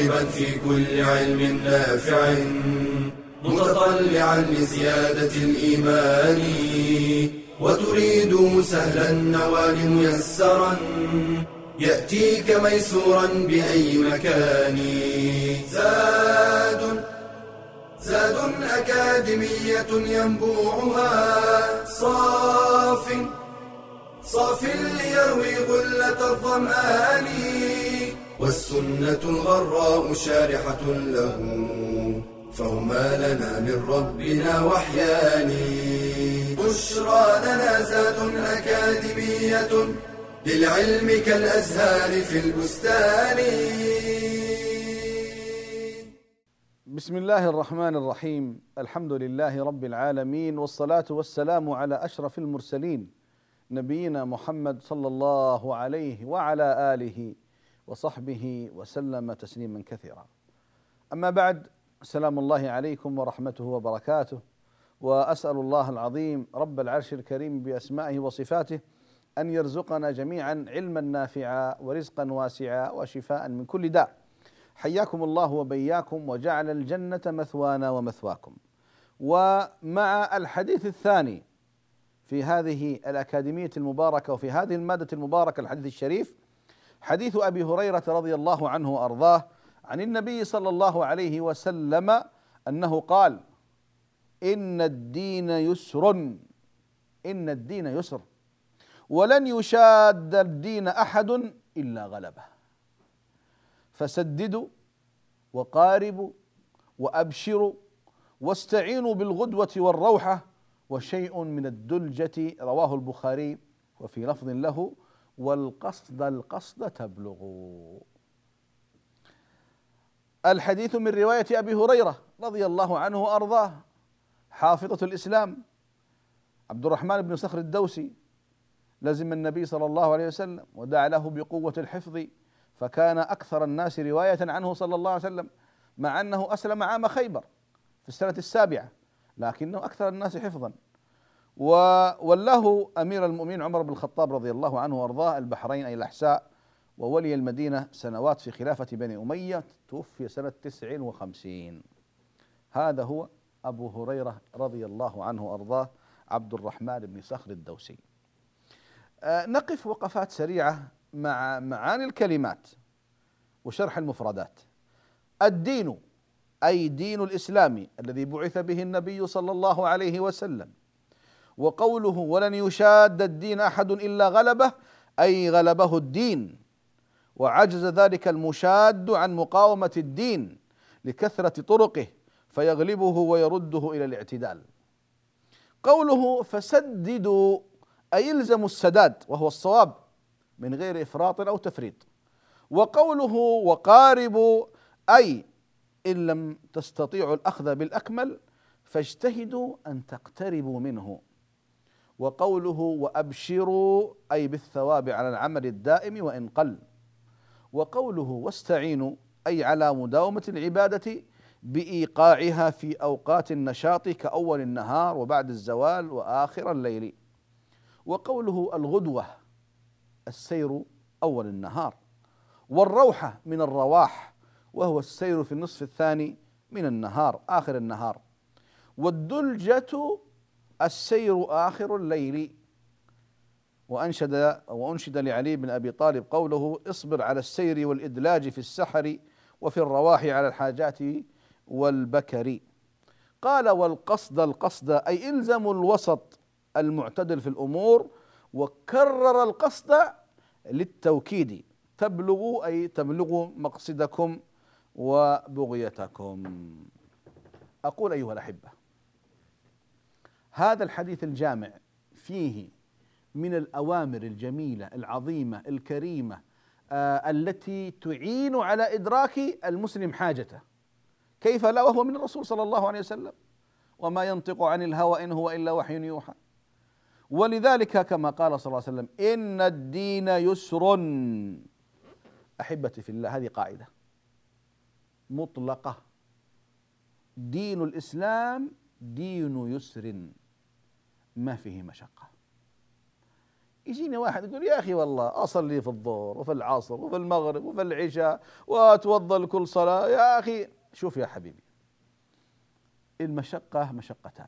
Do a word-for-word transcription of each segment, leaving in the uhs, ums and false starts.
راغبا في كل علم نافع متطلعا لزيادة الإيمان وتريد سهلا النوال ميسرا يأتيك ميسورا بأي مكان. زاد زاد أكاديمية ينبوعها صاف صاف ليروي غلة الظمآن والسنة الغراء شارحة له فهما لنا من ربنا وحيان. بشرى لنا زاد أكاديمية للعلم كالأزهار في البستان. بسم الله الرحمن الرحيم. الحمد لله رب العالمين، والصلاة والسلام على أشرف المرسلين نبينا محمد صلى الله عليه وعلى آله وصحبه وسلم تسليما كثيرا. أما بعد، سلام الله عليكم ورحمته وبركاته، وأسأل الله العظيم رب العرش الكريم بأسمائه وصفاته أن يرزقنا جميعا علما نافعا ورزقا واسعا وشفاء من كل داء. حياكم الله وبياكم وجعل الجنة مثوانا ومثواكم. ومع الحديث الثاني في هذه الأكاديمية المباركة وفي هذه المادة المباركة الحديث الشريف، حديث أبي هريرة رضي الله عنه وأرضاه عن النبي صلى الله عليه وسلم أنه قال: إن الدين يسر، إن الدين يسر ولن يشاد الدين أحد إلا غلبه، فسددوا وقاربوا وأبشروا واستعينوا بالغدوة والروحة وشيء من الدلجة. رواه البخاري، وفي لفظ له: والقصد القصد تبلغوا. الحديث من رواية أبي هريرة رضي الله عنه وأرضاه، حافظة الإسلام عبد الرحمن بن صخر الدوسي لزم النبي صلى الله عليه وسلم ودعا له بقوة الحفظ، فكان أكثر الناس رواية عنه صلى الله عليه وسلم، مع أنه أسلم عام خيبر في السنة السابعة، لكنه أكثر الناس حفظا. ووله أمير المؤمنين عمر بن الخطاب رضي الله عنه وأرضاه البحرين أي الأحساء، وولي المدينة سنوات في خلافة بني أمية، توفي سنة تسع وخمسين. هذا هو أبو هريرة رضي الله عنه وأرضاه عبد الرحمن بن صخر الدوسي. أه نقف وقفات سريعة مع معاني الكلمات وشرح المفردات. الدين أي دين الإسلام الذي بعث به النبي صلى الله عليه وسلم، وقوله ولن يشاد الدين أحد إلا غلبه أي غلبه الدين، وعجز ذلك المشاد عن مقاومة الدين لكثرة طرقه فيغلبه ويرده إلى الاعتدال. قوله فسددوا أي الزموا السداد وهو الصواب من غير إفراط أو تفريط. وقوله وقاربوا أي إن لم تستطيعوا الأخذ بالأكمل فاجتهدوا أن تقتربوا منه. وقوله وأبشروا أي بالثواب على العمل الدائم وإن قل. وقوله واستعينوا أي على مداومة العبادة بإيقاعها في أوقات النشاط كأول النهار وبعد الزوال وآخر الليل. وقوله الغدوة السير أول النهار، والروحة من الرواح وهو السير في النصف الثاني من النهار آخر النهار. والدلجة السير آخر الليل. وأنشد وأنشد لعلي بن أبي طالب قوله اصبر على السير والإدلاج في السحر وفي الرواح على الحاجات والبكر. قال والقصد القصد أي إلزموا الوسط المعتدل في الأمور، وكرر القصد للتوكيد. تبلغوا أي تبلغوا مقصدكم وبغيتكم. أقول أيها الأحبة، هذا الحديث الجامع فيه من الأوامر الجميلة العظيمة الكريمة آه التي تعين على إدراك المسلم حاجته، كيف لا وهو من الرسول صلى الله عليه وسلم، وما ينطق عن الهوى إن هو إلا وحي يوحى. ولذلك كما قال صلى الله عليه وسلم إن الدين يسر. أحبتي في الله، هذه قاعدة مطلقة، دين الإسلام دين يسر ما فيه مشقة. يجيني واحد يقول يا أخي والله أصلي في الظهر وفي العصر وفي المغرب وفي العشاء وأتوضأ لكل صلاة. يا أخي شوف يا حبيبي، المشقة مشقتان،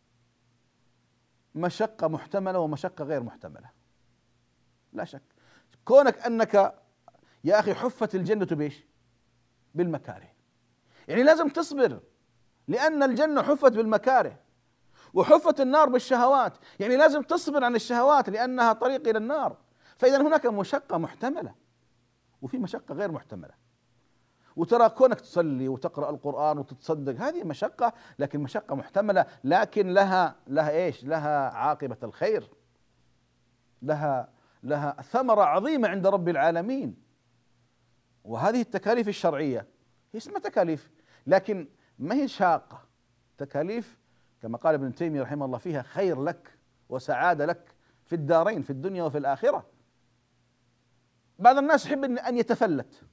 مشقة محتملة ومشقة غير محتملة، لا شك. كونك أنك يا أخي حفت الجنة بإيش؟ بالمكاره، يعني لازم تصبر، لأن الجنة حفت بالمكاره، وحفت النار بالشهوات، يعني لازم تصبر عن الشهوات لأنها طريق إلى النار. فإذا هناك مشقة محتملة وفي مشقة غير محتملة. وترى كونك تصلي وتقرأ القرآن وتتصدق هذه مشقة، لكن مشقة محتملة، لكن لها لها ايش؟ لها عاقبة الخير، لها لها ثمرة عظيمة عند رب العالمين. وهذه التكاليف الشرعية هي اسمها تكاليف، لكن ما هي شاقة، تكاليف كما قال ابن تيمية رحمه الله فيها خير لك وسعادة لك في الدارين، في الدنيا وفي الآخرة. بعض الناس يحب أن يتفلت،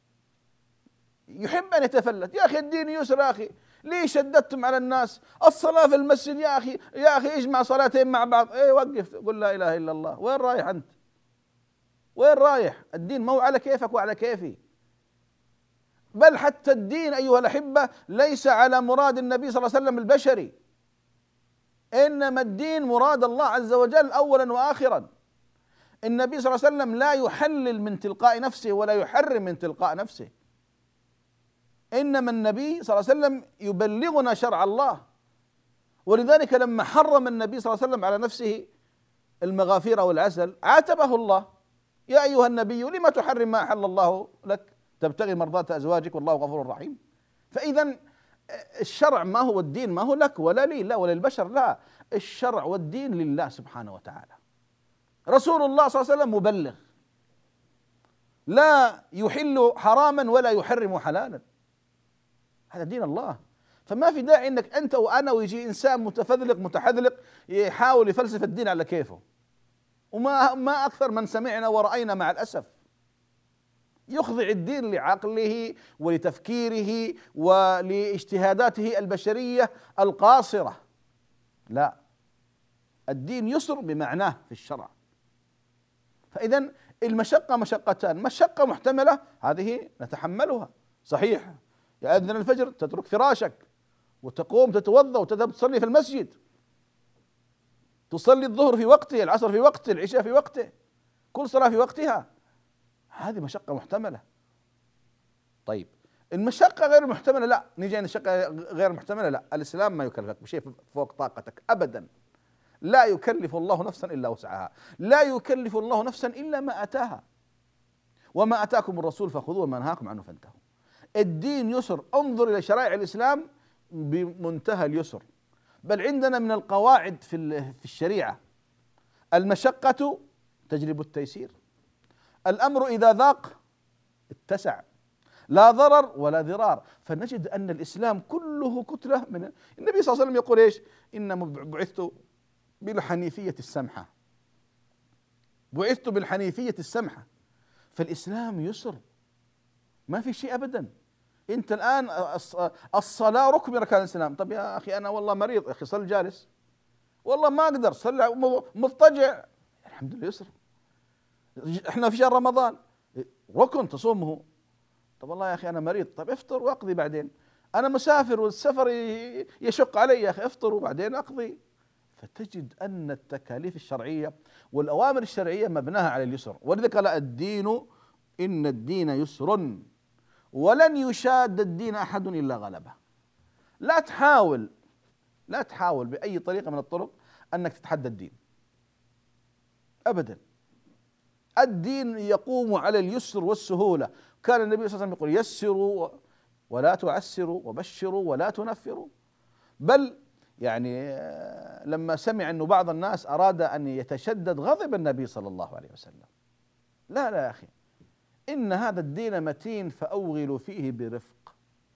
يحب أن يتفلت. يا أخي الدين يسر، يا أخي ليه شددتم على الناس؟ الصلاة في المسجد يا أخي، يا أخي اجمع صلاتين مع بعض. إيه وقف، قل لا إله إلا الله. وين رايح أنت؟ وين رايح؟ الدين مو على كيفك وعلى كيفي، بل حتى الدين أيها الأحبة ليس على مراد النبي صلى الله عليه وسلم البشري، إنما الدين مراد الله عز وجل أولا وآخرا. النبي صلى الله عليه وسلم لا يحلل من تلقاء نفسه ولا يحرم من تلقاء نفسه، إنما النبي صلى الله عليه وسلم يبلغنا شرع الله. ولذلك لما حرم النبي صلى الله عليه وسلم على نفسه المغافير والعسل عاتبه الله: يا أيها النبي لما تحرم ما أحل الله لك تبتغي مرضات أزواجك والله غفور رحيم. فإذا الشرع ما هو الدين ما هو لك ولا لي لا ولا للبشر، لا، الشرع والدين لله سبحانه وتعالى. رسول الله صلى الله عليه وسلم مبلغ، لا يحل حراما ولا يحرم حلالا، هذا دين الله. فما في داعي انك انت وانا ويجي انسان متفذلق متحذلق يحاول يفلسف الدين على كيفه. وما ما اكثر من سمعنا ورأينا مع الاسف يخضع الدين لعقله ولتفكيره ولاجتهاداته البشرية القاصرة. لا، الدين يسر بمعناه في الشرع. فإذا المشقة مشقتان، مشقة محتملة هذه نتحملها، صحيح، يأذن الفجر تترك فراشك وتقوم تتوضأ وتذهب تصلي في المسجد، تصلي الظهر في وقته، العصر في وقته، العشاء في وقته، كل صلاة في وقتها، هذه مشقة محتملة. طيب المشقة غير المحتملة، لا، نيجي عند الشقة غير محتملة، لا، الإسلام ما يكلفك بشيء فوق طاقتك أبدا، لا يكلف الله نفسا إلا وسعها، لا يكلف الله نفسا إلا ما أتاها، وما أتاكم الرسول فخذوه وما نهاكم عنه فانتهوا. الدين يسر، انظر إلى شرائع الإسلام بمنتهى اليسر. بل عندنا من القواعد في في الشريعة: المشقة تجلب التيسير، الأمر إذا ضاق اتسع، لا ضرر ولا ضرار. فنجد أن الإسلام كله كتلة من النبي صلى الله عليه وسلم يقول إيش؟ إنما بعثت بالحنيفية السمحة، بعثت بالحنيفية السمحة. فالإسلام يسر، ما في شيء أبدا. أنت الآن الصلاة ركن من أركان الإسلام. طب يا أخي أنا والله مريض، يا أخي صل جالس، والله ما أقدر صل مضطجع، الحمد لله يسر. إحنا في شهر رمضان ركن تصومه، طب والله يا أخي أنا مريض، طب افطر واقضي بعدين. أنا مسافر والسفر يشق علي، يا أخي افطر وبعدين أقضي. فتجد أن التكاليف الشرعية والأوامر الشرعية مبناها على اليسر. ولذلك قال الدين إن الدين يسر ولن يشاد الدين أحد إلا غلبه. لا تحاول لا تحاول بأي طريقة من الطرق أنك تتحدى الدين أبدا. الدين يقوم على اليسر والسهولة. كان النبي صلى الله عليه وسلم يقول: يسروا ولا تعسروا وبشروا ولا تنفروا. بل يعني لما سمع أن بعض الناس أراد أن يتشدد غضب النبي صلى الله عليه وسلم: لا لا يا أخي، إن هذا الدين متين فأوغلوا فيه برفق،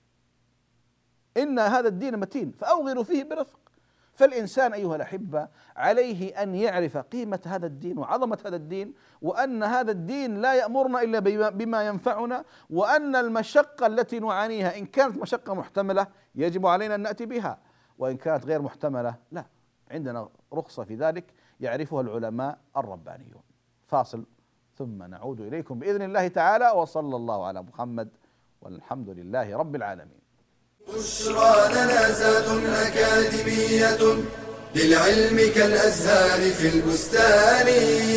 إن هذا الدين متين فأوغلوا فيه برفق. فالإنسان أيها الأحبة عليه أن يعرف قيمة هذا الدين وعظمة هذا الدين، وأن هذا الدين لا يأمرنا إلا بما ينفعنا، وأن المشقة التي نعانيها إن كانت مشقة محتملة يجب علينا أن نأتي بها، وإن كانت غير محتملة لا، عندنا رخصة في ذلك يعرفها العلماء الربانيون. فاصل ثم نعود إليكم بإذن الله تعالى، وصلى الله على محمد والحمد لله رب العالمين. بشرى لنا زاد أكاديمية للعلم كالأزهار في البستان.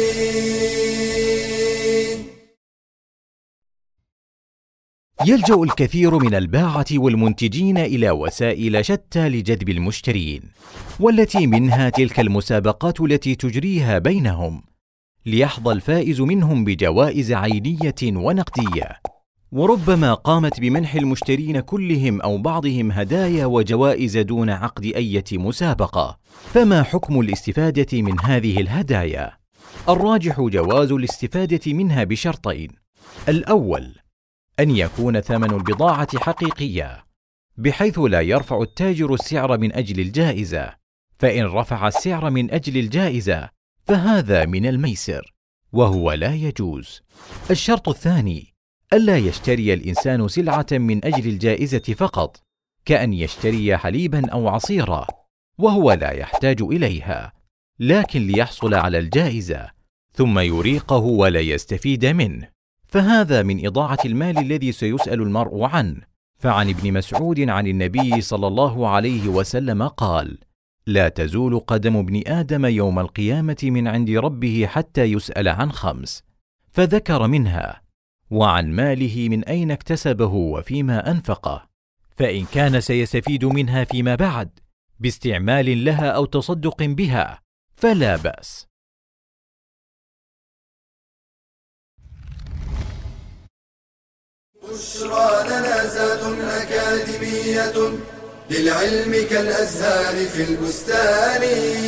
يلجأ الكثير من الباعة والمنتجين إلى وسائل شتى لجذب المشترين، والتي منها تلك المسابقات التي تجريها بينهم ليحظى الفائز منهم بجوائز عينية ونقدية، وربما قامت بمنح المشترين كلهم أو بعضهم هدايا وجوائز دون عقد أي مسابقة. فما حكم الاستفادة من هذه الهدايا؟ الراجح جواز الاستفادة منها بشرطين: الأول أن يكون ثمن البضاعة حقيقية، بحيث لا يرفع التاجر السعر من أجل الجائزة، فإن رفع السعر من أجل الجائزة فهذا من الميسر وهو لا يجوز. الشرط الثاني ألا يشتري الإنسان سلعة من أجل الجائزة فقط، كأن يشتري حليبا أو عصيرا وهو لا يحتاج إليها، لكن ليحصل على الجائزة ثم يريقه ولا يستفيد منه، فهذا من إضاعة المال الذي سيسأل المرء عنه. فعن ابن مسعود عن النبي صلى الله عليه وسلم قال: لا تزول قدم ابن آدم يوم القيامة من عند ربه حتى يسأل عن خمس، فذكر منها: وعن ماله من أين اكتسبه وفيما أنفقه، فإن كان سيستفيد منها فيما بعد باستعمال لها أو تصدق بها فلا بأس. بشرى لنا زاد أكاديمية للعلم كالأزهار في البستان.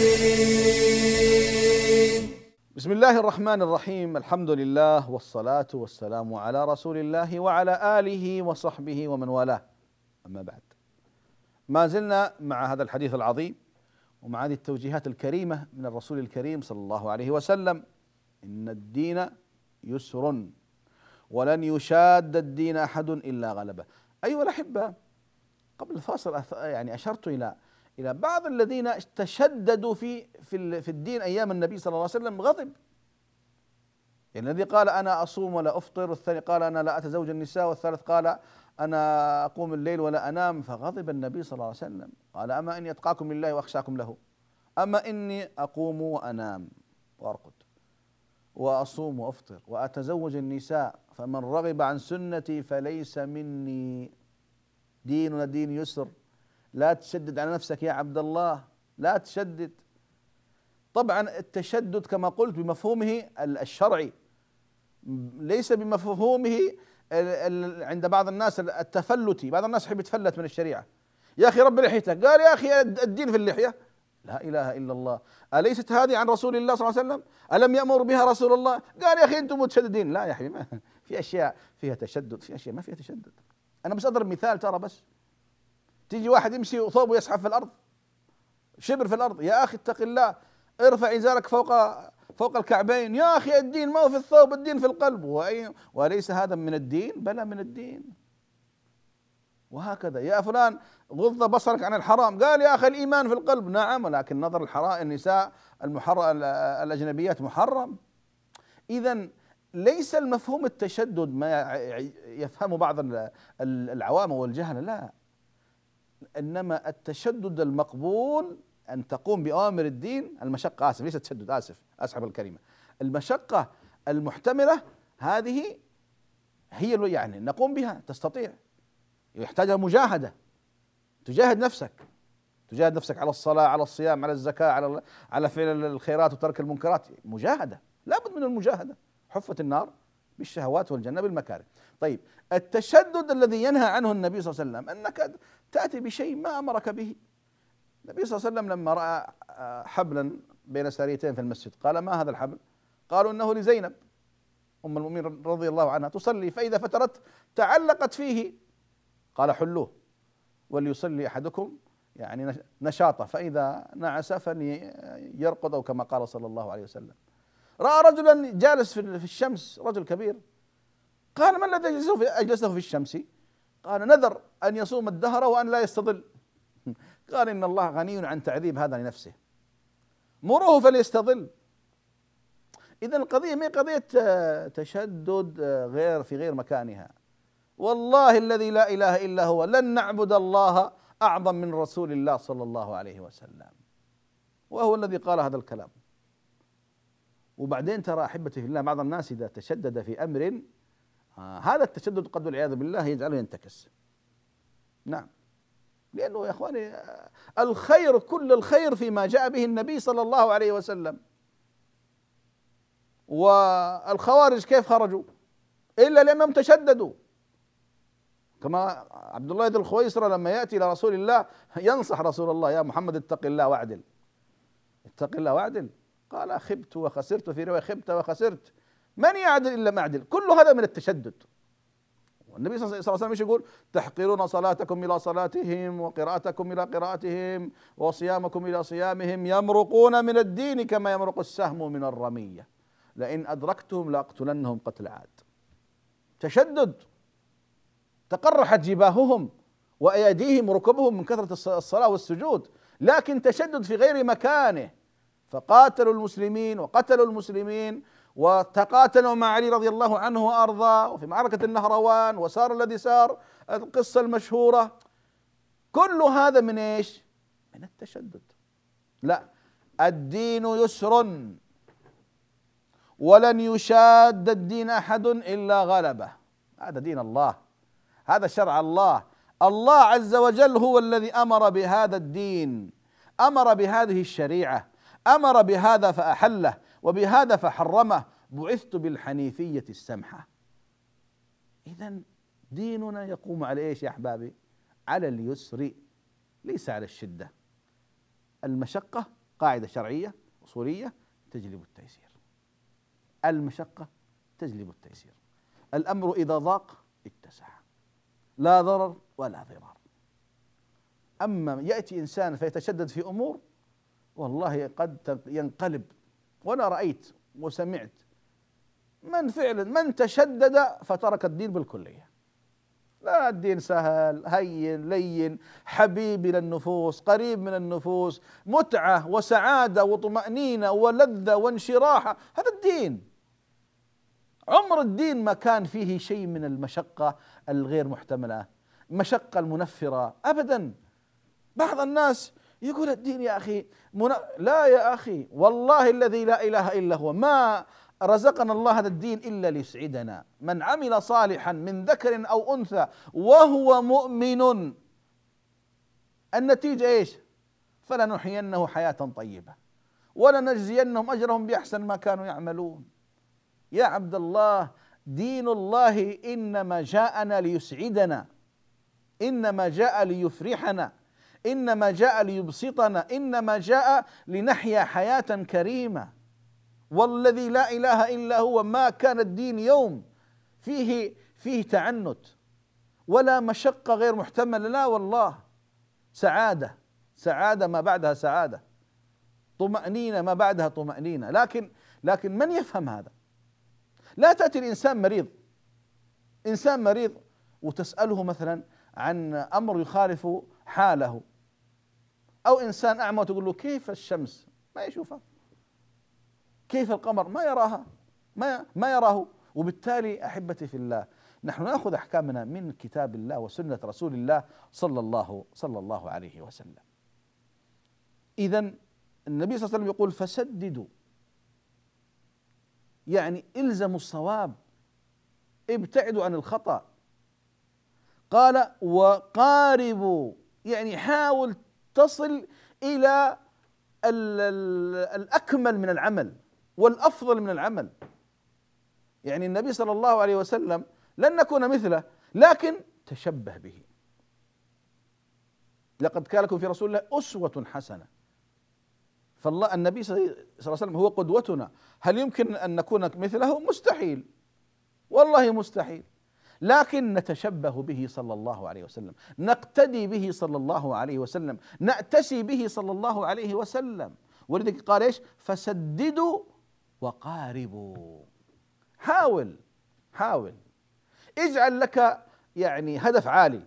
بسم الله الرحمن الرحيم، الحمد لله والصلاة والسلام على رسول الله وعلى آله وصحبه ومن والاه، أما بعد. ما زلنا مع هذا الحديث العظيم ومع هذه التوجيهات الكريمة من الرسول الكريم صلى الله عليه وسلم: إن الدين يسر ولن يشاد الدين أحد إلا غلبه. أيها الأحبة، قبل الفاصل يعني أشرت إلى إلى بعض الذين تشددوا في في في الدين أيام النبي صلى الله عليه وسلم. غضب، يعني الذي قال أنا أصوم ولا أفطر، والثاني قال أنا لا أتزوج النساء، والثالث قال أنا أقوم الليل ولا أنام. فغضب النبي صلى الله عليه وسلم، قال: أما إني أتقاكم لله وأخشاكم له، أما إني أقوم وأنام وأرقد وأصوم وأفطر وأتزوج النساء، فمن رغب عن سنتي فليس مني. ديننا دين يسر، لا تشدد على نفسك يا عبد الله، لا تشدد. طبعا التشدد كما قلت بمفهومه الشرعي، ليس بمفهومه عند بعض الناس التفلتي. بعض الناس يحب يتفلت من الشريعة. يا أخي رب لحيتك، قال يا أخي الدين في اللحية. لا إله إلا الله، أليست هذه عن رسول الله صلى الله عليه وسلم؟ ألم يأمر بها رسول الله؟ قال يا أخي أنتم متشددين. لا يا أخي، ما في أشياء فيها تشدد، في أشياء ما فيها تشدد. أنا بس أضرب مثال ترى، بس تيجي واحد يمشي وثوبه يسحب في الأرض شبر في الأرض، يا أخي اتق الله، ارفع إزارك فوق فوق الكعبين. يا أخي الدين ما هو في الثوب، الدين في القلب. وليس هذا من الدين؟ بلى من الدين. وهكذا يا فلان غض بصرك عن الحرام، قال يا أخي الإيمان في القلب. نعم، ولكن نظر الحرام النساء المحرم الأجنبيات محرم. إذا ليس المفهوم التشدد ما يفهم بعض العوام والجهل، لا، إنما التشدد المقبول أن تقوم بأوامر الدين. المشقة، آسف، ليس التشدد، آسف أسحب الكلمة، المشقة المحتملة هذه هي يعني نقوم بها، تستطيع، يحتاج مجاهدة، تجاهد نفسك، تجاهد نفسك على الصلاة، على الصيام، على الزكاة، على على فعل الخيرات وترك المنكرات. مجاهدة، لابد من المجاهدة. حفت النار بالشهوات والجنة بالمكاره. طيب، التشدد الذي ينهى عنه النبي صلى الله عليه وسلم أنك تأتي بشيء ما أمرك به. النبي صلى الله عليه وسلم لما رأى حبلا بين ساريتين في المسجد قال: ما هذا الحبل؟ قالوا: إنه لزينب أم المؤمنين رضي الله عنها تصلي، فإذا فترت تعلقت فيه. قال: حلوه وليصلي أحدكم يعني نشاطه، فإذا نعس فليرقد، أو كما قال صلى الله عليه وسلم. رأى رجلا جالس في الشمس، رجل كبير، قال: ما الذي أجلسه في الشمس؟ قال: نذر أن يصوم الدهر وأن لا يستظل. قال: إن الله غني عن تعذيب هذا لنفسه. مروه فليستظل. إذا القضية ما هي قضية تشدد غير في غير مكانها. والله الذي لا إله إلا هو لن نعبد الله أعظم من رسول الله صلى الله عليه وسلم، وهو الذي قال هذا الكلام. وبعدين ترى أحبتي في الله، بعض الناس إذا تشدد في أمر آه هذا التشدد قد والعياذ بالله يجعله ينتكس. نعم، لأنه يا إخواني الخير كل الخير فيما جاء به النبي صلى الله عليه وسلم. والخوارج كيف خرجوا؟ إلا لأنهم تشددوا، كما عبد الله بن الخويصرة لما يأتي إلى رسول الله ينصح رسول الله: يا محمد اتق الله واعدل، اتق الله واعدل. قال: خبت وخسرت، في رواية خبت وخسرت، من يعدل إلا ما أعدل. كل هذا من التشدد. والنبي صلى الله عليه وسلم ايش يقول؟ تحقرون صلاتكم إلى صلاتهم وقراءتكم إلى قراءتهم وصيامكم إلى صيامهم، يمرقون من الدين كما يمرق السهم من الرمية، لئن أدركتهم لأقتلنهم قتل عاد. تشدد، تقرحت جباههم وأيديهم وركبهم من كثرة الصلاة والسجود، لكن تشدد في غير مكانه. فقاتلوا المسلمين وقتلوا المسلمين وتقاتلوا مع علي رضي الله عنه وأرضاه، وفي معركة النهروان وسار الذي سار، القصة المشهورة. كل هذا من ايش؟ من التشدد. لا، الدين يسر ولن يشاد الدين أحد إلا غلبه. هذا دين الله، هذا شرع الله. الله عز وجل هو الذي أمر بهذا الدين، أمر بهذه الشريعة، أمر بهذا فأحله وبهذا فحرمه. بعثت بالحنيفية السمحة. إذن ديننا يقوم على ايش يا أحبابي؟ على اليسر، ليس على الشدة. المشقة قاعدة شرعية أصولية تجلب التيسير، المشقة تجلب التيسير. الأمر إذا ضاق اتسع، لا ضرر ولا ضرار. أما يأتي إنسان فيتشدد في أمور والله قد ينقلب. وأنا رأيت وسمعت من فعلا من تشدد فترك الدين بالكلية. لا، الدين سهل هين لين حبيب إلى النفوس، قريب من النفوس، متعة وسعادة وطمأنينة ولذة وانشراح. هذا الدين. عمر الدين ما كان فيه شيء من المشقة الغير محتملة، المشقة المنفرة أبدا. بعض الناس يقول الدين يا أخي من... لا يا أخي، والله الذي لا إله إلا هو ما رزقنا الله هذا الدين إلا ليسعدنا. من عمل صالحا من ذكر أو أنثى وهو مؤمن، النتيجة إيش؟ فلنحيينه حياة طيبة ولنجزينهم أجرهم بأحسن ما كانوا يعملون. يا عبد الله، دين الله إنما جاءنا ليسعدنا، إنما جاء ليفرحنا، إنما جاء ليبسطنا، إنما جاء لنحيا حياة كريمة. والذي لا إله إلا هو ما كان الدين يوم فيه فيه تعنت ولا مشقة غير محتملة، لا والله، سعادة، سعادة ما بعدها سعادة، طمأنينة ما بعدها طمأنينة. لكن لكن من يفهم هذا؟ لا تأتي الإنسان مريض، إنسان مريض وتسأله مثلا عن أمر يخالف حاله، أو إنسان أعمى وتقول له كيف الشمس؟ ما يشوفها. كيف القمر؟ ما يراها، ما ما يراه. وبالتالي أحبتي في الله، نحن نأخذ أحكامنا من كتاب الله وسنة رسول الله صلى الله صلى الله عليه وسلم. إذن النبي صلى الله عليه وسلم يقول فسددوا، يعني الزموا الصواب، ابتعدوا عن الخطأ. قال وقاربوا، يعني حاول تصل إلى الأكمل من العمل والأفضل من العمل. يعني النبي صلى الله عليه وسلم لن نكون مثله، لكن تشبه به. لقد كان لكم في رسول الله أسوة حسنة. فالله النبي صلى الله عليه وسلم هو قدوتنا. هل يمكن أن نكون مثله؟ مستحيل، والله مستحيل. لكن نتشبه به صلى الله عليه وسلم، نقتدي به صلى الله عليه وسلم، نأتسي به صلى الله عليه وسلم. ولذلك قال ايش؟ فسددوا وقاربوا. حاول حاول اجعل لك يعني هدف عالي.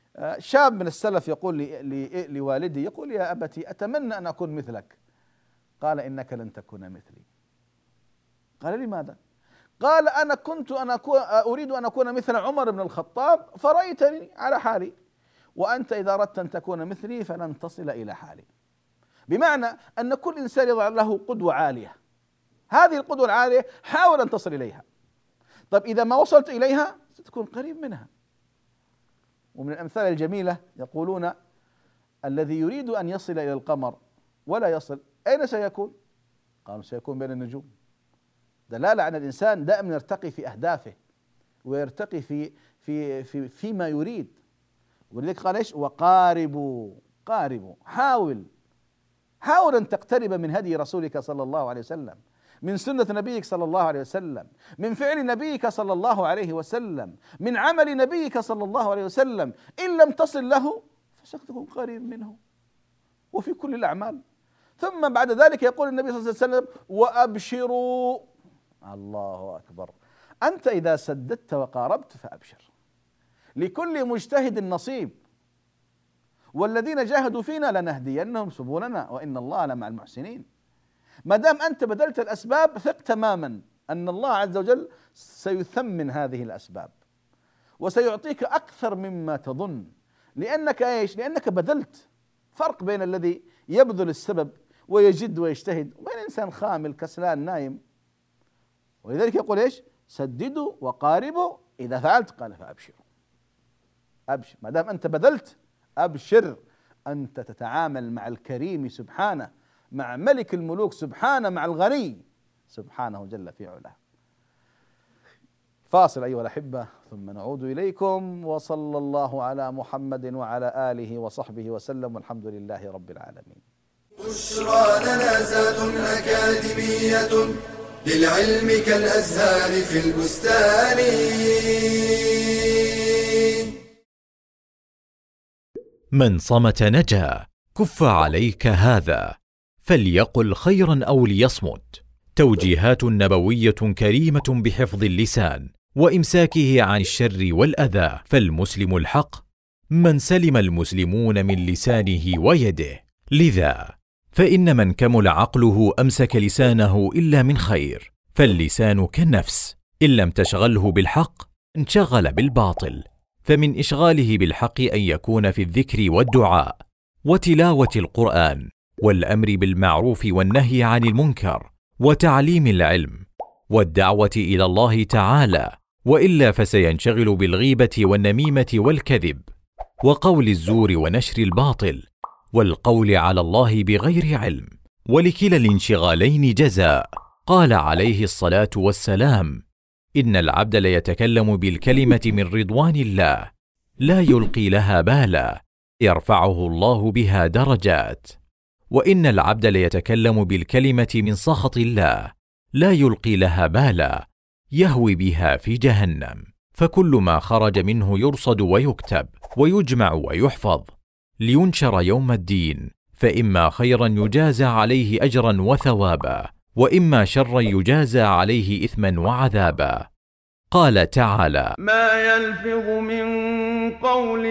شاب من السلف يقول لوالدي، يقول يا أبتي أتمنى أن أكون مثلك. قال إنك لن تكون مثلي. قال لماذا؟ قال أنا كنت أنا أريد أن أكون مثل عمر بن الخطاب فرأيتني على حالي، وأنت إذا أردت أن تكون مثلي فلن تصل إلى حالي. بمعنى أن كل إنسان يضع له قدوة عالية، هذه القدوة العالية حاول أن تصل إليها. طيب إذا ما وصلت إليها ستكون قريب منها. ومن الأمثال الجميلة يقولون الذي يريد أن يصل إلى القمر ولا يصل أين سيكون؟ قالوا سيكون بين النجوم. دلالة على الإنسان دائما يرتقي في أهدافه ويرتقي في في في فيما يريد. ولذلك قال ايش؟ وقاربوا، قاربوا، حاول حاول أن تقترب من هدي رسولك صلى الله عليه وسلم، من سنة نبيك صلى الله عليه وسلم، من فعل نبيك صلى الله عليه وسلم، من عمل نبيك صلى الله عليه وسلم. إن لم تصل له فستكون قريب منه وفي كل الأعمال. ثم بعد ذلك يقول النبي صلى الله عليه وسلم وأبشروا. الله أكبر. أنت إذا سددت وقاربت فأبشر، لكل مجتهد نصيب، والذين جاهدوا فينا لنهدينهم سبلنا وإن الله لمع المحسنين. ما دام أنت بذلت الأسباب ثق تماما أن الله عز وجل سيثمن هذه الأسباب وسيعطيك أكثر مما تظن، لأنك إيش؟ لأنك بذلت. فرق بين الذي يبذل السبب ويجد ويجتهد وبين إنسان خامل كسلان نايم. ولذلك يقول إيش؟ سددوا وقاربوا، إذا فعلت قال فأبشروا. أبشر، ما دام أنت بذلت أبشر، أنت تتعامل مع الكريم سبحانه، مع ملك الملوك سبحانه، مع الغني سبحانه جل في علاه. فاصل أيها الأحبة ثم نعود إليكم، وصلى الله على محمد وعلى آله وصحبه وسلم، والحمد لله رب العالمين. بشرى لنا زاد أكاديمية للعلم كالأزهار في البستان. من صمت نجا. كف عليك هذا، فليقل خيرا أو ليصمت. توجيهات نبوية كريمة بحفظ اللسان وإمساكه عن الشر والأذى. فالمسلم الحق من سلم المسلمون من لسانه ويده. لذا فإن من كمل عقله أمسك لسانه إلا من خير. فاللسان كالنفس، إن لم تشغله بالحق انشغل بالباطل. فمن إشغاله بالحق أن يكون في الذكر والدعاء وتلاوة القرآن والأمر بالمعروف والنهي عن المنكر وتعليم العلم والدعوة إلى الله تعالى، وإلا فسينشغل بالغيبة والنميمة والكذب وقول الزور ونشر الباطل والقول على الله بغير علم. ولكلا الانشغالين جزاء. قال عليه الصلاة والسلام: إن العبد ليتكلم بالكلمة من رضوان الله لا يلقي لها بالا يرفعه الله بها درجات، وإن العبد ليتكلم بالكلمة من سخط الله لا يلقي لها بالا يهوي بها في جهنم. فكل ما خرج منه يرصد ويكتب ويجمع ويحفظ لينشر يوم الدين، فإما خيرا يجازى عليه أجرا وثوابا، وإما شرا يجازى عليه إثما وعذابا. قال تعالى: ما يلفظ من قول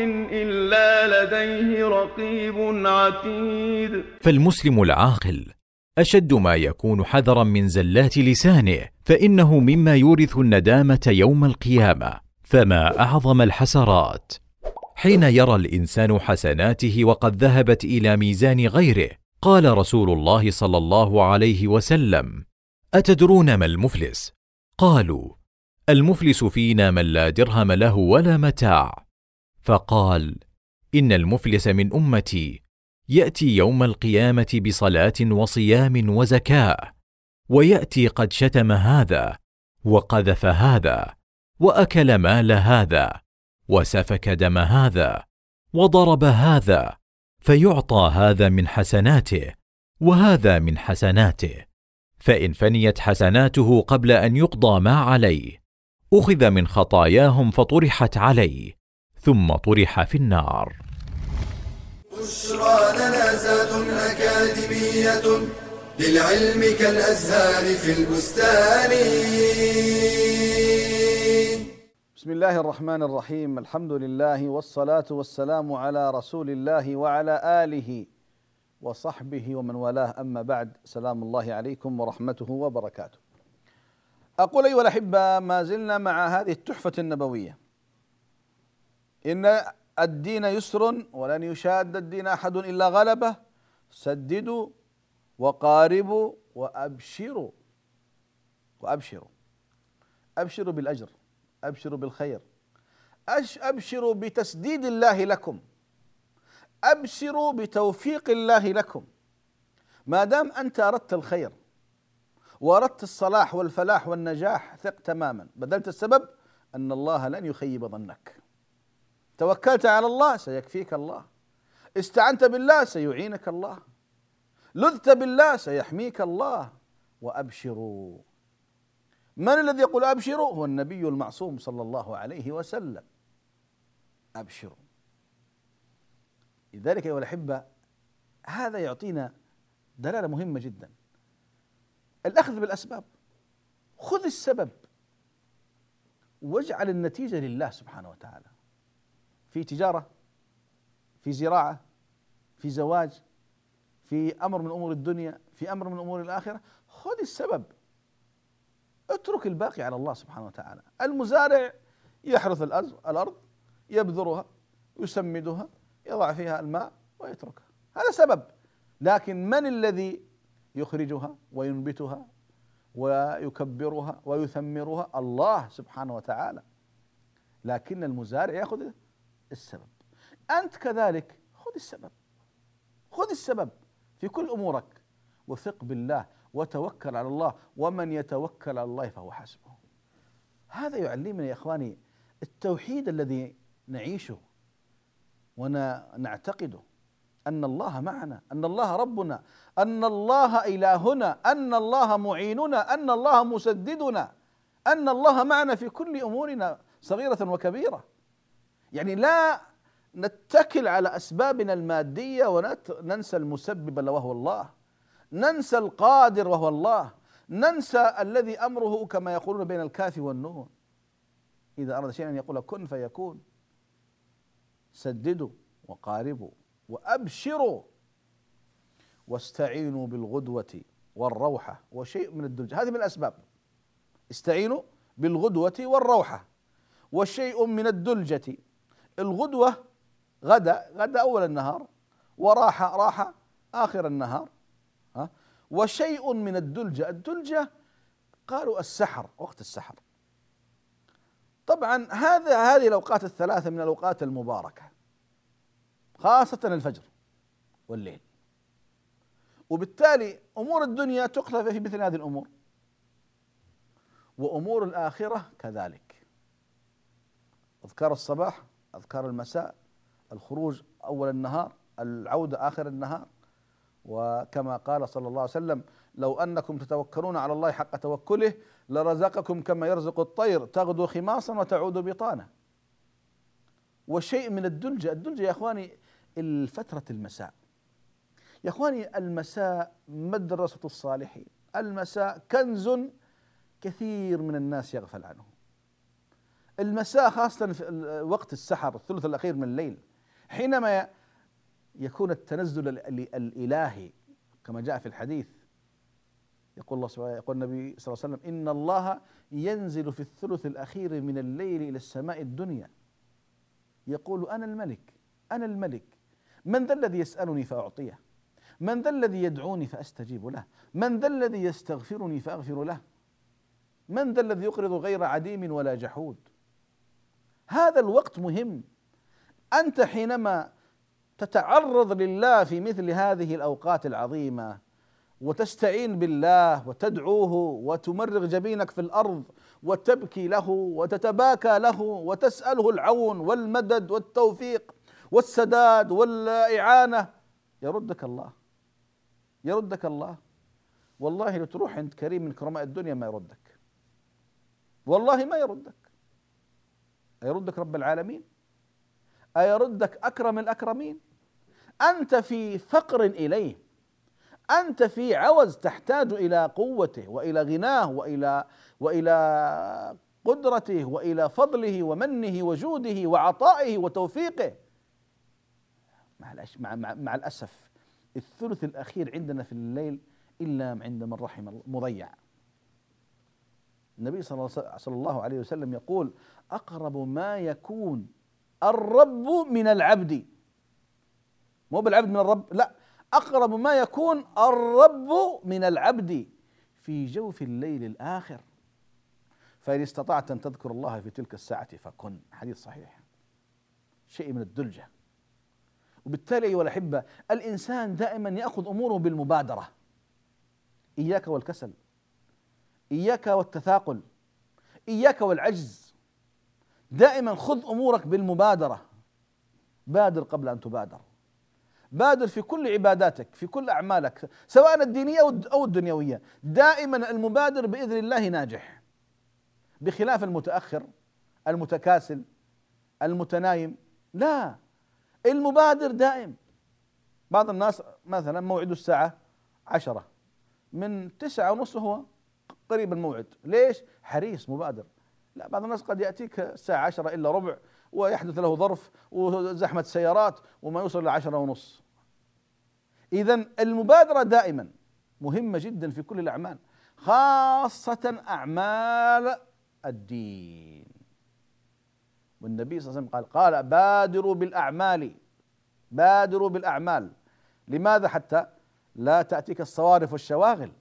إلا لديه رقيب عتيد. فالمسلم العاقل أشد ما يكون حذرا من زلات لسانه، فإنه مما يورث الندامة يوم القيامة. فما أعظم الحسرات حين يرى الإنسان حسناته وقد ذهبت إلى ميزان غيره. قال رسول الله صلى الله عليه وسلم: أتدرون ما المفلس؟ قالوا: المفلس فينا من لا درهم له ولا متاع. فقال: إن المفلس من أمتي يأتي يوم القيامة بصلاة وصيام وزكاة، ويأتي قد شتم هذا وقذف هذا وأكل مال هذا وسفك دم هذا وضرب هذا، فيعطى هذا من حسناته وهذا من حسناته، فإن فنيت حسناته قبل أن يقضى ما عليه أخذ من خطاياهم فطرحت عليه ثم طرح في النار. بشرى لنا زاد أكاديمية للعلم كالأزهار في البستان. بسم الله الرحمن الرحيم، الحمد لله والصلاة والسلام على رسول الله وعلى آله وصحبه ومن والاه، أما بعد، سلام الله عليكم ورحمته وبركاته. أقول أيها الأحبة، ما زلنا مع هذه التحفة النبوية. إن الدين يسر ولن يشاد الدين أحد إلا غلبه، سددوا وقاربوا وأبشروا وأبشروا أبشروا بالأجر، أبشروا بالخير، أبشروا بتسديد الله لكم، أبشروا بتوفيق الله لكم. ما دام أنت أردت الخير وأردت الصلاح والفلاح والنجاح، ثق تماما، بذلت السبب أن الله لن يخيب ظنك. توكلت على الله سيكفيك الله، استعنت بالله سيعينك الله، لذت بالله سيحميك الله. وأبشروا. من الذي يقول أبشروا؟ هو النبي المعصوم صلى الله عليه وسلم. أبشروا. لذلك أيها الأحبة، هذا يعطينا دلالة مهمة جدا، الأخذ بالأسباب. خذ السبب واجعل النتيجة لله سبحانه وتعالى، في تجارة، في زراعة، في زواج، في أمر من أمور الدنيا، في أمر من أمور الآخرة. خذ السبب، اترك الباقي على الله سبحانه وتعالى. المزارع يحرث الأرض، يبذرها، يسمدها، يضع فيها الماء ويتركها، هذا سبب. لكن من الذي يخرجها وينبتها ويكبرها ويثمرها؟ الله سبحانه وتعالى. لكن المزارع يأخذ السبب. أنت كذلك خذ السبب، خذ السبب في كل أمورك، وثق بالله وتوكل على الله، ومن يتوكل على الله فهو حسبه. هذا يعلمنا يا إخواني التوحيد الذي نعيشه ونعتقده، أن الله معنا، أن الله ربنا، أن الله إلهنا، أن الله معيننا، أن الله مسددنا، أن الله معنا في كل أمورنا صغيرة وكبيرة. يعني لا نتكل على أسبابنا المادية وننسى المسبب وهو الله، ننسى القادر وهو الله، ننسى الذي أمره كما يقولون بين الكاف والنون، إذا أراد شيئا أن يقول كن فيكون. سددوا وقاربوا وأبشروا واستعينوا بالغدوة والروحة وشيء من الدلجة. هذه من الأسباب. استعينوا بالغدوة والروحة وشيء من الدلجة. الغدوة غدا، غدا أول النهار، وراحة، راحة آخر النهار. ها؟ وشيء من الدلجة. الدلجة قالوا السحر، وقت السحر. طبعا هذا هذه الأوقات الثلاثة من الأوقات المباركة، خاصة الفجر والليل. وبالتالي أمور الدنيا تقلب في مثل هذه الأمور، وأمور الآخرة كذلك. أذكار الصباح، أذكار المساء، الخروج أول النهار، العودة آخر النهار. وكما قال صلى الله عليه وسلم: لو أنكم تتوكلون على الله حق توكله لرزقكم كما يرزق الطير تغدو خماصا وتعود بطانا. وشيء من الدلجة. الدلجة يا إخواني الفترة المساء. يا إخواني المساء مدرسة الصالحين، المساء كنز كثير من الناس يغفل عنه. المساء خاصة في وقت السحر، الثلث الأخير من الليل، حينما يكون التنزل الإلهي كما جاء في الحديث. يقول الله سبحانه، يقول النبي صلى الله عليه وسلم: إن الله ينزل في الثلث الأخير من الليل إلى السماء الدنيا يقول: أنا الملك، أنا الملك، من ذا الذي يسألني فأعطيه؟ من ذا الذي يدعوني فأستجيب له؟ من ذا الذي يستغفرني فأغفر له؟ من ذا الذي يقرض غير عديم ولا جحود؟ هذا الوقت مهم. أنت حينما تتعرض لله في مثل هذه الأوقات العظيمة وتستعين بالله وتدعوه وتمرغ جبينك في الأرض وتبكي له وتتباكى له وتسأله العون والمدد والتوفيق والسداد والإعانة، يردك الله، يردك الله. والله لو تروح عند كريم من كرماء الدنيا ما يردك، والله ما يردك. أيردك رب العالمين؟ أيردك أكرم الأكرمين؟ أنت في فقر إليه، أنت في عوز تحتاج إلى قوته وإلى غناه وإلى وإلى قدرته وإلى فضله ومنه وجوده وعطائه وتوفيقه. مع مع مع الأسف الثلث الأخير عندنا في الليل إلا عند من رحم الله مضيع. النبي صلى الله عليه وسلم يقول: أقرب ما يكون الرب من العبد، مو بالعبد من الرب، لا، أقرب ما يكون الرب من العبد في جوف الليل الآخر، فإن استطعت أن تذكر الله في تلك الساعة فكن. حديث صحيح، شيء من الدلجة. وبالتالي أيها الأحبة، الإنسان دائما يأخذ أموره بالمبادرة، إياك والكسل، إياك والتثاقل، إياك والعجز، دائما خذ أمورك بالمبادرة. بادر قبل أن تبادر، بادر في كل عباداتك، في كل أعمالك سواء الدينية أو الدنيوية. دائما المبادر بإذن الله ناجح، بخلاف المتأخر المتكاسل المتنايم. لا، المبادر دائم. بعض الناس مثلا موعد الساعة عشرة، من تسعة ونصف هو قريب الموعد، ليش؟ حريص مبادر. لا، بعض الناس قد يأتيك الساعة عشرة إلا ربع ويحدث له ظرف وزحمة سيارات وما يوصل لعشرة ونص. إذن المبادرة دائما مهمة جدا في كل الأعمال، خاصة أعمال الدين. والنبي صلى الله عليه وسلم قال قال بادروا بالأعمال، بادروا بالأعمال. لماذا؟ حتى لا تأتيك الصوارف والشواغل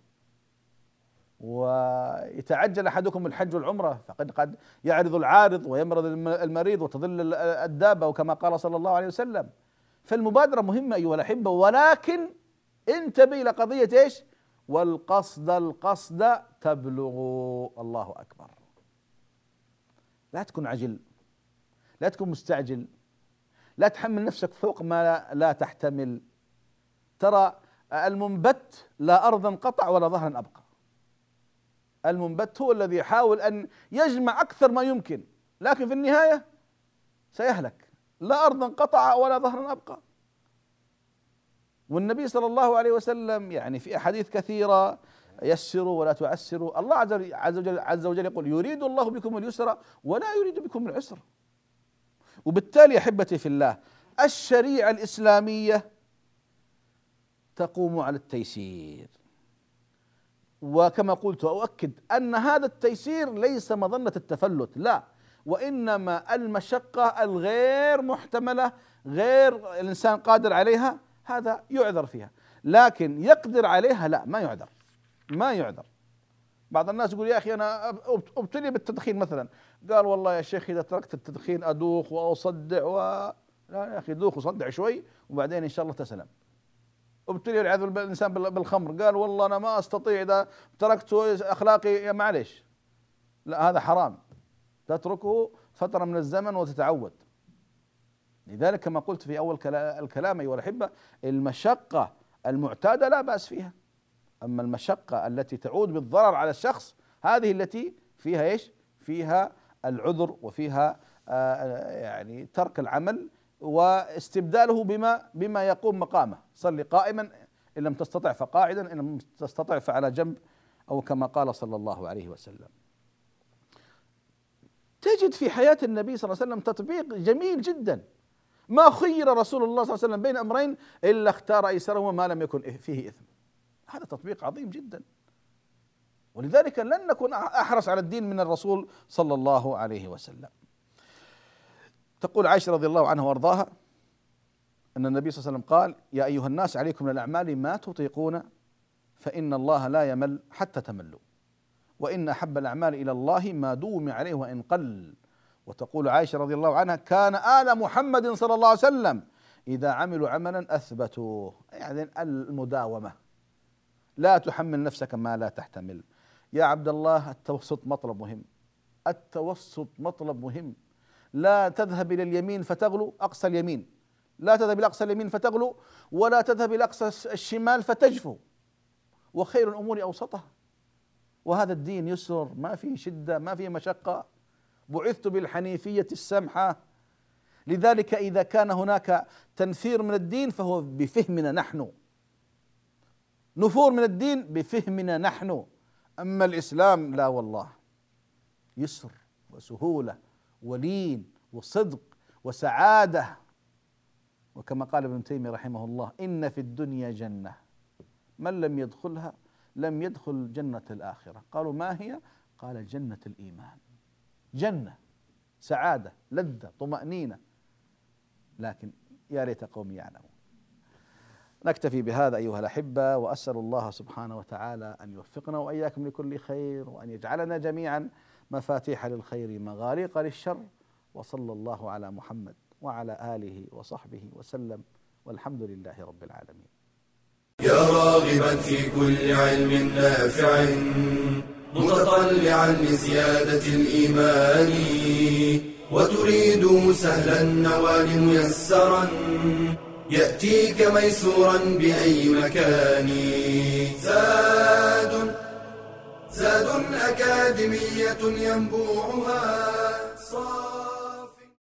ويتعجل أحدكم الحج والعمرة، فقد قد يعرض العارض ويمرض المريض وتضل الدابة، وكما قال صلى الله عليه وسلم. فالمبادرة مهمة أيها الأحبة، ولكن انتبه إلى قضية إيش؟ والقصد القصد تبلغوا. الله أكبر. لا تكن عجل، لا تكن مستعجل، لا تحمل نفسك فوق ما لا تحتمل. ترى المنبت لا أرضا قطع ولا ظهرا أبقى. المنبت هو الذي يحاول أن يجمع أكثر ما يمكن، لكن في النهاية سيهلك، لا أرضا قطع ولا ظهرا أبقى. والنبي صلى الله عليه وسلم يعني في أحاديث كثيرة: يسروا ولا تعسروا. الله عز وجل, عز وجل يقول: يريد الله بكم اليسر ولا يريد بكم العسر. وبالتالي أحبتي في الله، الشريعة الإسلامية تقوم على التيسير، وكما قلت وأؤكد أن هذا التيسير ليس مظنة التفلت، لا، وإنما المشقة الغير محتملة، غير الإنسان قادر عليها، هذا يعذر فيها. لكن يقدر عليها لا، ما يعذر، ما يعذر. بعض الناس يقول: يا أخي أنا أبتلي بالتدخين مثلا. قال: والله يا شيخ إذا تركت التدخين أدوخ وأصدع و... لا يا أخي، دوخ وصدع شوي وبعدين إن شاء الله تسلم. ابتلي والعياذ بالله الإنسان بالخمر، قال: والله أنا ما أستطيع إذا تركته أخلاقي معليش. لا، هذا حرام، تتركه فترة من الزمن وتتعود. لذلك كما قلت في أول الكلام أيها الأحبة، المشقة المعتادة لا بأس فيها، أما المشقة التي تعود بالضرر على الشخص هذه التي فيها إيش؟ فيها العذر، وفيها آه يعني ترك العمل واستبداله بما بما يقوم مقامه. صل قائما إن لم تستطع فقاعدا، إن لم تستطع فعلى جنب، أو كما قال صلى الله عليه وسلم. تجد في حياة النبي صلى الله عليه وسلم تطبيق جميل جدا. ما خير رسول الله صلى الله عليه وسلم بين أمرين إلا اختار أيسرهما ما لم يكن فيه إثم. هذا تطبيق عظيم جدا، ولذلك لن نكون أحرص على الدين من الرسول صلى الله عليه وسلم. تقول عائشة رضي الله عنها وارضاها أن النبي صلى الله عليه وسلم قال: يا أيها الناس عليكم من الأعمال ما تطيقون فإن الله لا يمل حتى تملوا، وإن أحب الأعمال إلى الله ما دوم عليه وإن قل. وتقول عائشة رضي الله عنها: كان آل محمد صلى الله عليه وسلم إذا عملوا عملا أثبتوه، يعني المداومة، لا تحمل نفسك ما لا تحتمل. يا عبد الله، التوسط مطلب مهم، التوسط مطلب مهم. لا تذهب إلى اليمين فتغلو أقصى اليمين، لا تذهب إلى أقصى اليمين فتغلو، ولا تذهب إلى أقصى الشمال فتجفو، وخير الأمور أوسطها. وهذا الدين يسر، ما فيه شدة، ما فيه مشقة. بعثت بالحنيفية السمحة. لذلك إذا كان هناك تنفير من الدين فهو بفهمنا نحن، نفور من الدين بفهمنا نحن. أما الإسلام لا والله، يسر وسهولة ولين وصدق وسعادة. وكما قال ابن تيمية رحمه الله: إن في الدنيا جنة من لم يدخلها لم يدخل جنة الآخرة. قالوا: ما هي؟ قال: جنة الإيمان. جنة، سعادة، لذة، طمأنينة، لكن يا ليت قومي يعلمون. نكتفي بهذا أيها الأحبة، وأسأل الله سبحانه وتعالى أن يوفقنا وإياكم لكل خير، وأن يجعلنا جميعا مفاتيح للخير مغاليق للشر. وصلى الله على محمد وعلى آله وصحبه وسلم، والحمد لله رب العالمين. يا راغبا في كل علم نافع متطلعا لزيادة الإيمان، وتريد سهلا النوال ميسرا يأتيك ميسورا بأي مكان. زاد زاد أكاديمية ينبوعها صار